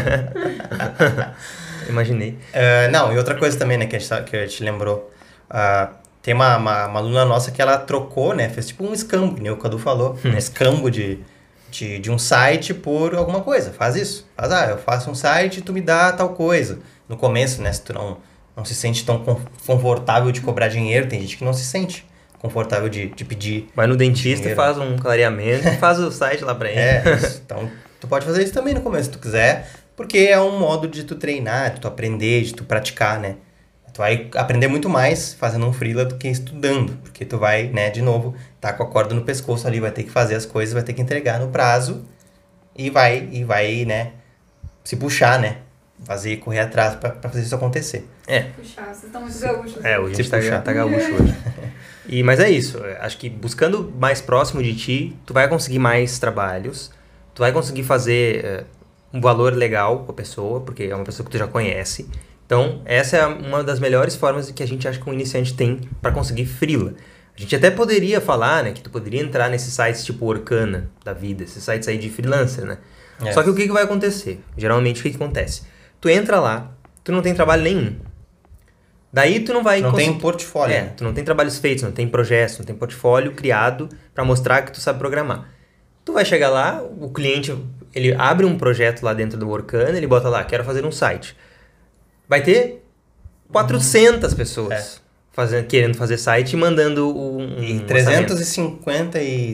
Imaginei. Não, e outra coisa também, né, que a gente lembrou. Tem uma aluna nossa que ela trocou, né, fez tipo um escambo, que nem o Cadu falou, um escambo de um site por alguma coisa. Faz isso. Eu faço um site e tu me dá tal coisa. No começo, né, se tu não se sente tão confortável de cobrar dinheiro, tem gente que não se sente confortável de pedir. Vai no dentista e faz um clareamento e faz o site lá pra ele. Então tu pode fazer isso também no começo, se tu quiser, porque é um modo de tu treinar, de tu aprender, de tu praticar, né? Tu vai aprender muito mais fazendo um freela do que estudando, porque tu vai, né, de novo, tá com a corda no pescoço ali, vai ter que fazer as coisas, vai ter que entregar no prazo e vai, né, se puxar, né? Correr atrás pra fazer isso acontecer. Puxar, vocês estão muito gaúchos. Hoje a gente tá gaúcho hoje. Mas é isso, acho que buscando mais próximo de ti, tu vai conseguir mais trabalhos, tu vai conseguir fazer um valor legal com a pessoa, porque é uma pessoa que tu já conhece. Então, essa é uma das melhores formas que a gente acha que um iniciante tem para conseguir freela. A gente até poderia falar, né, que tu poderia entrar nesses sites tipo Orkana da vida, esses sites aí de freelancer, né? Só que o que vai acontecer? Geralmente, o que acontece? Tu entra lá, tu não tem trabalho nenhum. Daí tu não vai... Não tem portfólio. Tu não tem trabalhos feitos, não tem projetos, não tem portfólio criado para mostrar que tu sabe programar. Tu vai chegar lá, o cliente, ele abre um projeto lá dentro do Orkana, ele bota lá, quero fazer um site. Vai ter 400 pessoas. querendo fazer site e mandando E orçamento. 350 e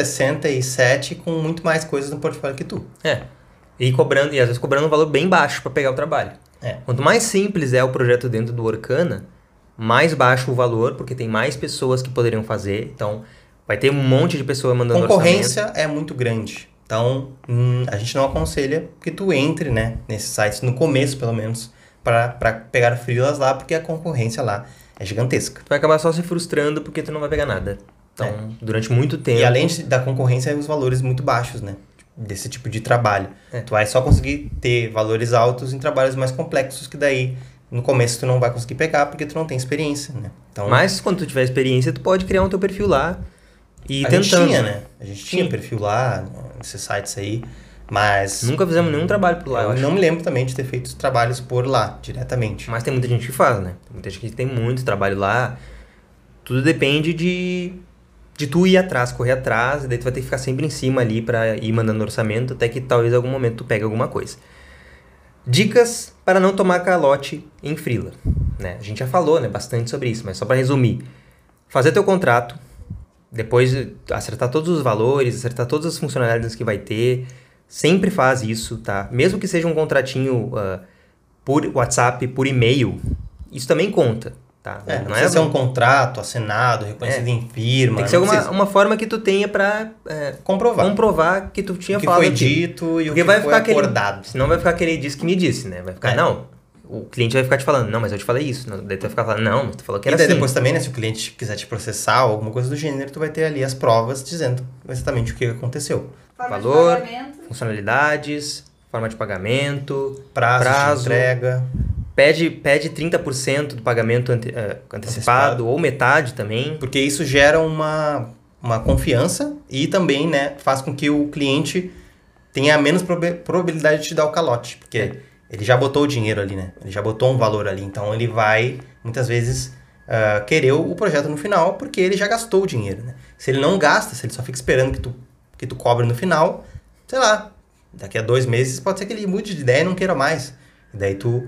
367 com muito mais coisas no portfólio que tu. E cobrando, e às vezes cobrando um valor bem baixo para pegar o trabalho. Quanto mais simples é o projeto dentro do Orkana, mais baixo o valor, porque tem mais pessoas que poderiam fazer. Então, vai ter um monte de pessoas mandando Concorrência orçamento. é muito grande. Então, a gente não aconselha que tu entre, né, nesses sites, no começo, pelo menos, para pegar freelas lá, porque a concorrência lá é gigantesca. Tu vai acabar só se frustrando porque tu não vai pegar nada. Então, durante muito tempo... E além da concorrência, os valores muito baixos, né, desse tipo de trabalho. Tu vai só conseguir ter valores altos em trabalhos mais complexos, que daí, no começo, tu não vai conseguir pegar, porque tu não tem experiência, né. Então, mas, quando tu tiver experiência, tu pode criar um teu perfil lá e ir a tentando. gente tinha, né? A gente tinha perfil lá, nesses sites aí, mas... Nunca fizemos nenhum trabalho por lá, eu acho. não me lembro também de ter feito os trabalhos por lá, diretamente. Mas tem muita gente que faz, né? Tem muita gente que tem muito trabalho lá. Tudo depende de tu ir atrás, correr atrás, e daí tu vai ter que ficar sempre em cima ali pra ir mandando orçamento, até que talvez em algum momento tu pegue alguma coisa. Dicas para não tomar calote em freela, né? A gente já falou, né, bastante sobre isso, mas só para resumir. Fazer teu contrato, depois acertar todos os valores, acertar todas as funcionalidades que vai ter. Sempre faz isso, tá? Mesmo que seja um contratinho por WhatsApp, por e-mail, isso também conta, tá? Não precisa ser um contrato assinado, reconhecido em firma. Tem que ser uma forma que tu tenha pra comprovar que tu tinha falado foi aquilo. dito e porque o que foi acordado. Senão vai ficar aquele disse que me disse, né? Vai ficar, não, o cliente vai ficar te falando, não, mas eu te falei isso. Daí tu vai ficar falando, não, mas tu falou que era assim. E daí assim. depois também, né, se o cliente quiser te processar ou alguma coisa do gênero, tu vai ter ali as provas dizendo exatamente o que aconteceu. Valor, funcionalidades, forma de pagamento, prazo de entrega. Pede 30% do pagamento antecipado ou metade também. Porque isso gera uma confiança e também, né, faz com que o cliente tenha menos probabilidade de te dar o calote. Porque ele já botou o dinheiro ali, né? Ele já botou um valor ali. Então, ele vai, muitas vezes, querer o projeto no final porque ele já gastou o dinheiro, né? Se ele não gasta, se ele só fica esperando que tu cobre no final, sei lá, daqui a 2 meses pode ser que ele mude de ideia e não queira mais. E daí tu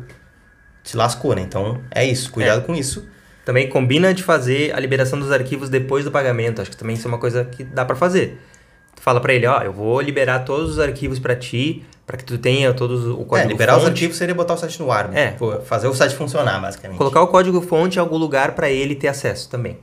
se lascou, né? Então, é isso. Cuidado com isso. Também combina de fazer a liberação dos arquivos depois do pagamento. Acho que também isso é uma coisa que dá pra fazer. Tu fala pra ele, eu vou liberar todos os arquivos pra ti, pra que tu tenha todos o código liberar fonte. os arquivos seria botar o site no ar. Fazer o site funcionar, basicamente. Colocar o código fonte em algum lugar pra ele ter acesso também.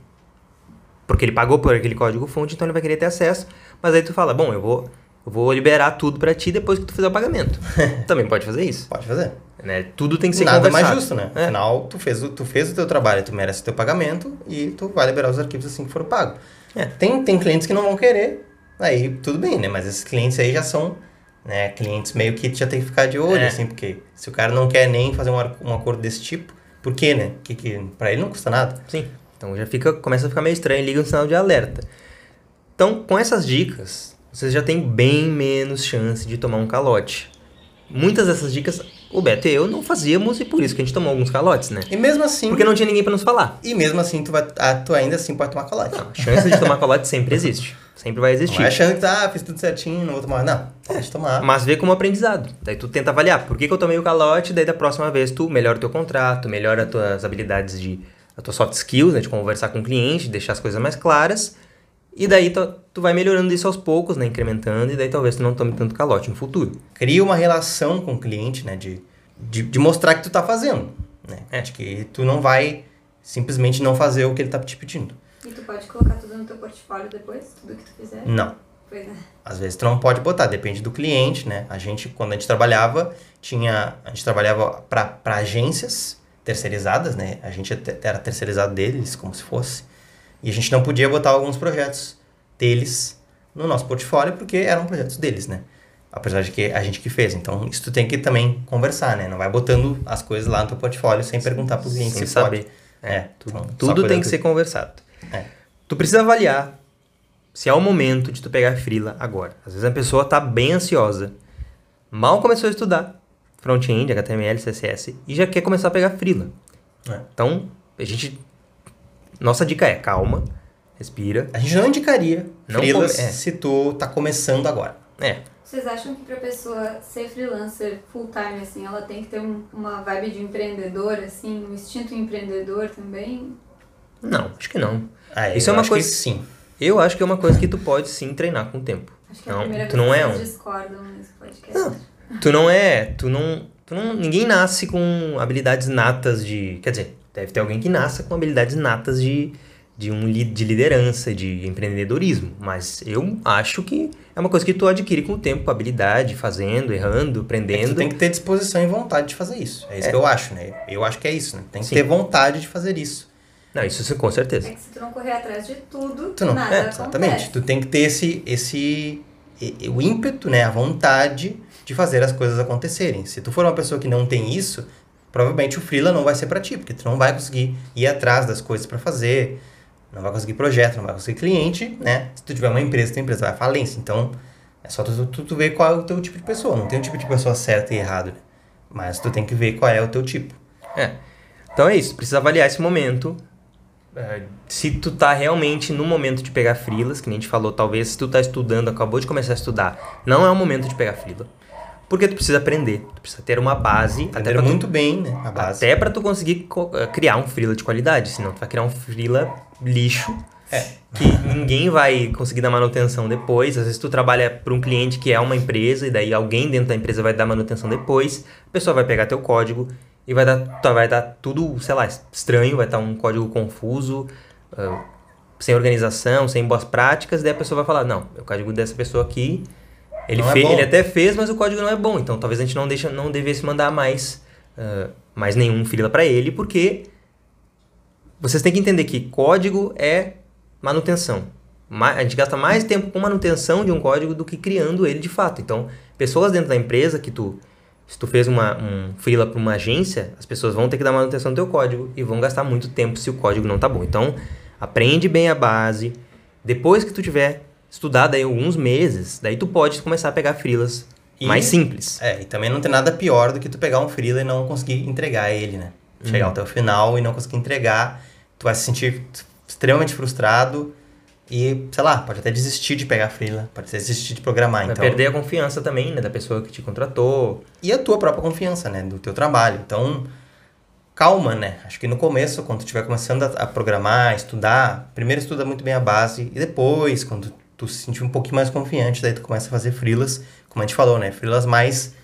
Porque ele pagou por aquele código fonte, então ele vai querer ter acesso. Mas aí tu fala, bom, eu vou liberar tudo pra ti depois que tu fizer o pagamento. Também pode fazer isso. Pode fazer. Né? Tudo tem que ser Nada conversado. mais justo, né? Afinal, tu fez o teu trabalho, tu merece o teu pagamento e tu vai liberar os arquivos assim que for pago. Tem clientes que não vão querer, aí tudo bem, né? Mas esses clientes aí já são, né, clientes meio que já tem que ficar de olho, assim, porque se o cara não quer nem fazer um acordo desse tipo, por quê, né? Que pra ele não custa nada. Sim. Então começa a ficar meio estranho, liga um sinal de alerta. Então, com essas dicas, vocês já têm bem menos chance de tomar um calote. Muitas dessas dicas, o Beto e eu não fazíamos e por isso que a gente tomou alguns calotes, né? E mesmo assim... Porque não tinha ninguém pra nos falar. E mesmo assim, tu ainda assim pode tomar calote. Não, a chance de tomar calote sempre existe. Sempre vai existir. Não é achando que fiz tudo certinho, não vou tomar. Não, pode tomar. Mas vê como aprendizado. Daí tu tenta avaliar por que eu tomei o calote, daí da próxima vez tu melhora o teu contrato, melhora as tuas habilidades as tuas soft skills, né, de conversar com o cliente, deixar as coisas mais claras. E daí tu vai melhorando isso aos poucos, né, incrementando, e daí talvez tu não tome tanto calote no futuro. Cria uma relação com o cliente, né, de mostrar que tu tá fazendo, né? De que tu não vai simplesmente não fazer o que ele tá te pedindo. E tu pode colocar tudo no teu portfólio depois, tudo que tu fizer? Não. Pois é. Às vezes tu não pode botar, depende do cliente, né? Quando a gente trabalhava, a gente trabalhava para agências terceirizadas, né? A gente era terceirizado deles, como se fosse. E a gente não podia botar alguns projetos deles no nosso portfólio, porque eram projetos deles, né? Apesar de que a gente que fez. Então, isso tu tem que também conversar, né? Não vai botando as coisas lá no teu portfólio sem perguntar pro cliente se saber. Pode. Tudo tem que ser conversado. Tu precisa avaliar se é o momento de tu pegar freela agora. Às vezes a pessoa tá bem ansiosa, mal começou a estudar front-end, HTML, CSS, e já quer começar a pegar freela. Então, nossa dica é calma, respira. A gente não indicaria freelas se tu tá começando agora. Vocês acham que pra pessoa ser freelancer full time, assim, ela tem que ter uma vibe de empreendedor, assim, um instinto empreendedor também? Não, acho que não. Isso é uma coisa que sim. Eu acho que é uma coisa que tu pode sim treinar com o tempo. Acho que é a primeira tu não vez é que um. vocês discordam nesse podcast. Ninguém nasce com habilidades natas de... Quer dizer, deve ter alguém que nasça com habilidades natas de liderança, de empreendedorismo. Mas eu acho que é uma coisa que tu adquire com o tempo, com habilidade, fazendo, errando, aprendendo. Tu tem que ter disposição e vontade de fazer isso. É isso que eu acho, né? Eu acho que é isso, né? Tem que Sim. ter vontade de fazer isso. Não, isso com certeza. É que se tu não correr atrás de tudo, Tu não, nada exatamente. acontece. Tu tem que ter o ímpeto, né? A vontade de fazer as coisas acontecerem. Se tu for uma pessoa que não tem isso, provavelmente o freela não vai ser pra ti, porque tu não vai conseguir ir atrás das coisas pra fazer, não vai conseguir projeto, não vai conseguir cliente, né? Se tu tiver uma empresa, tua empresa vai à falência. Então, é só tu ver qual é o teu tipo de pessoa. Não tem um tipo de pessoa certa e errado, né? Mas tu tem que ver qual é o teu tipo. Então é isso, precisa avaliar esse momento. Se tu tá realmente no momento de pegar freelas, que nem a gente falou, talvez se tu tá estudando, acabou de começar a estudar, não é o momento de pegar freela. Porque tu precisa aprender, tu precisa ter uma base. Aprender muito bem, né? A base. Até pra tu conseguir criar um freela de qualidade, senão tu vai criar um freela lixo, que ninguém vai conseguir dar manutenção depois. Às vezes tu trabalha para um cliente que é uma empresa, e daí alguém dentro da empresa vai dar manutenção depois, a pessoa vai pegar teu código e vai dar tudo, sei lá, estranho, vai estar um código confuso, sem organização, sem boas práticas, daí a pessoa vai falar, não, o código dessa pessoa aqui, ele até fez, mas o código não é bom, então talvez a gente não devesse mandar mais nenhum freela para ele, porque vocês têm que entender que código é manutenção. A gente gasta mais tempo com manutenção de um código do que criando ele de fato. Então, pessoas dentro da empresa se tu fez um freela para uma agência, as pessoas vão ter que dar manutenção do teu código e vão gastar muito tempo se o código não tá bom. Então, aprende bem a base. Depois que tu tiver estudado aí alguns meses, daí tu pode começar a pegar freelas mais simples. E também não tem nada pior do que tu pegar um freela e não conseguir entregar ele, né? Chegar até o final e não conseguir entregar, tu vai se sentir extremamente frustrado e, sei lá, pode até desistir de pegar freela, pode até desistir de programar. Vai perder a confiança também, né, da pessoa que te contratou. E a tua própria confiança, né, do teu trabalho. Então, calma, né? Acho que no começo, quando tu estiver começando a programar, estudar, primeiro estuda muito bem a base e depois, quando tu se sentir um pouquinho mais confiante, daí tu começa a fazer freelas, como a gente falou, né, freelas mais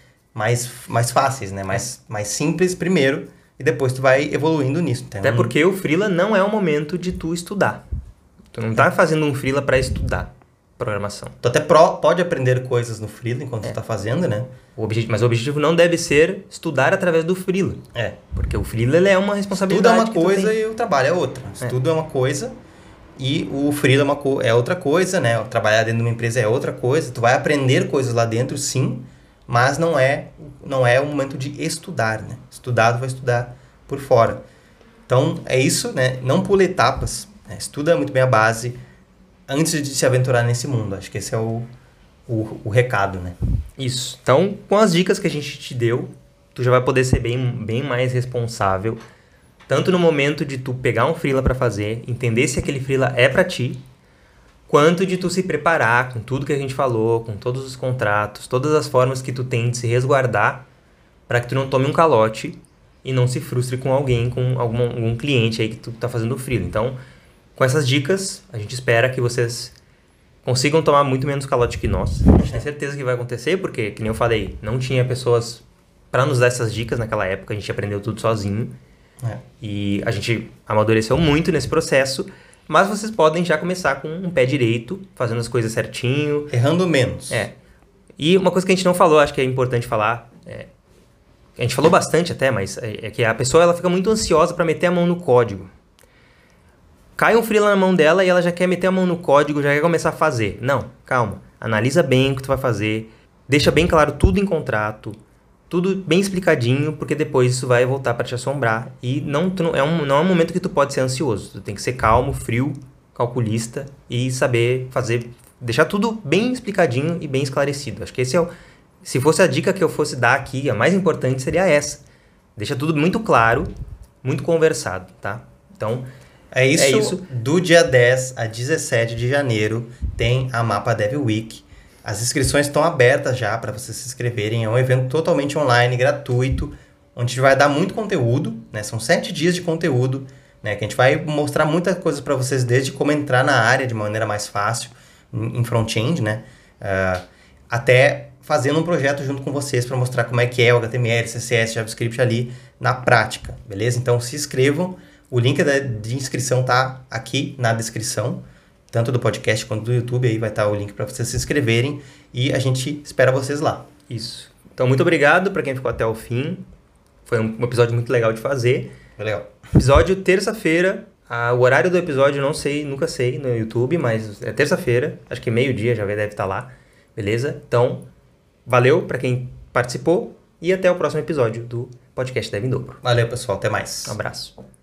fáceis, né, mais simples primeiro e depois tu vai evoluindo nisso. Então, até porque o freela não é o momento de tu estudar. Tu não tá fazendo um freela para estudar programação. Tu até pode aprender coisas no freela enquanto tu tá fazendo, né? Mas o objetivo não deve ser estudar através do freela. Porque o freela ele é uma responsabilidade. Estudo é uma coisa e o trabalho é outra. Estudo é uma coisa e o freela é outra coisa, né? Trabalhar dentro de uma empresa é outra coisa. Tu vai aprender coisas lá dentro, sim, mas não é o momento de estudar, né? Estudar, tu vai estudar por fora. Então, é isso, né? Não pula etapas. Estuda muito bem a base antes de se aventurar nesse mundo. Acho que esse é o recado, né? Isso. Então, com as dicas que a gente te deu, tu já vai poder ser bem mais responsável, tanto no momento de tu pegar um freela para fazer, entender se aquele freela é para ti, quanto de tu se preparar com tudo que a gente falou, com todos os contratos, todas as formas que tu tem de se resguardar para que tu não tome um calote e não se frustre com alguém, com algum cliente aí que tu tá fazendo freela. Então, com essas dicas, a gente espera que vocês consigam tomar muito menos calote que nós. A gente tem certeza que vai acontecer, porque, que nem eu falei, não tinha pessoas para nos dar essas dicas naquela época, a gente aprendeu tudo sozinho. E a gente amadureceu muito nesse processo, mas vocês podem já começar com um pé direito, fazendo as coisas certinho. Errando menos. E uma coisa que a gente não falou, acho que é importante falar, a gente falou bastante até, mas é que a pessoa ela fica muito ansiosa para meter a mão no código. Cai um freela na mão dela e ela já quer meter a mão no código, já quer começar a fazer. Não, calma. Analisa bem o que tu vai fazer. Deixa bem claro tudo em contrato. Tudo bem explicadinho, porque depois isso vai voltar para te assombrar. E não é um momento que tu pode ser ansioso. Tu tem que ser calmo, frio, calculista e saber fazer... Deixar tudo bem explicadinho e bem esclarecido. Acho que esse se fosse a dica que eu fosse dar aqui, a mais importante seria essa. Deixa tudo muito claro, muito conversado, tá? Então... É isso. Do dia 10 a 17 de janeiro tem a Mapa Dev Week. As inscrições estão abertas já para vocês se inscreverem. É um evento totalmente online, gratuito, onde a gente vai dar muito conteúdo, né? São 7 dias de conteúdo né? Que a gente vai mostrar muita coisa para vocês, desde como entrar na área de maneira mais fácil, em front-end, né? Até fazendo um projeto junto com vocês para mostrar como é que é o HTML, CSS, JavaScript ali na prática, beleza? Então se inscrevam, o link de inscrição tá aqui na descrição, tanto do podcast quanto do YouTube, aí vai estar o link para vocês se inscreverem e a gente espera vocês lá. Isso. Então, muito obrigado para quem ficou até o fim. Foi um episódio muito legal de fazer. Foi legal. Episódio terça-feira. O horário do episódio eu não sei, nunca sei no YouTube, mas é terça-feira. Acho que meio-dia já deve estar lá. Beleza? Então, valeu para quem participou e até o próximo episódio do podcast Dev em Dobro. Valeu, pessoal. Até mais. Um abraço.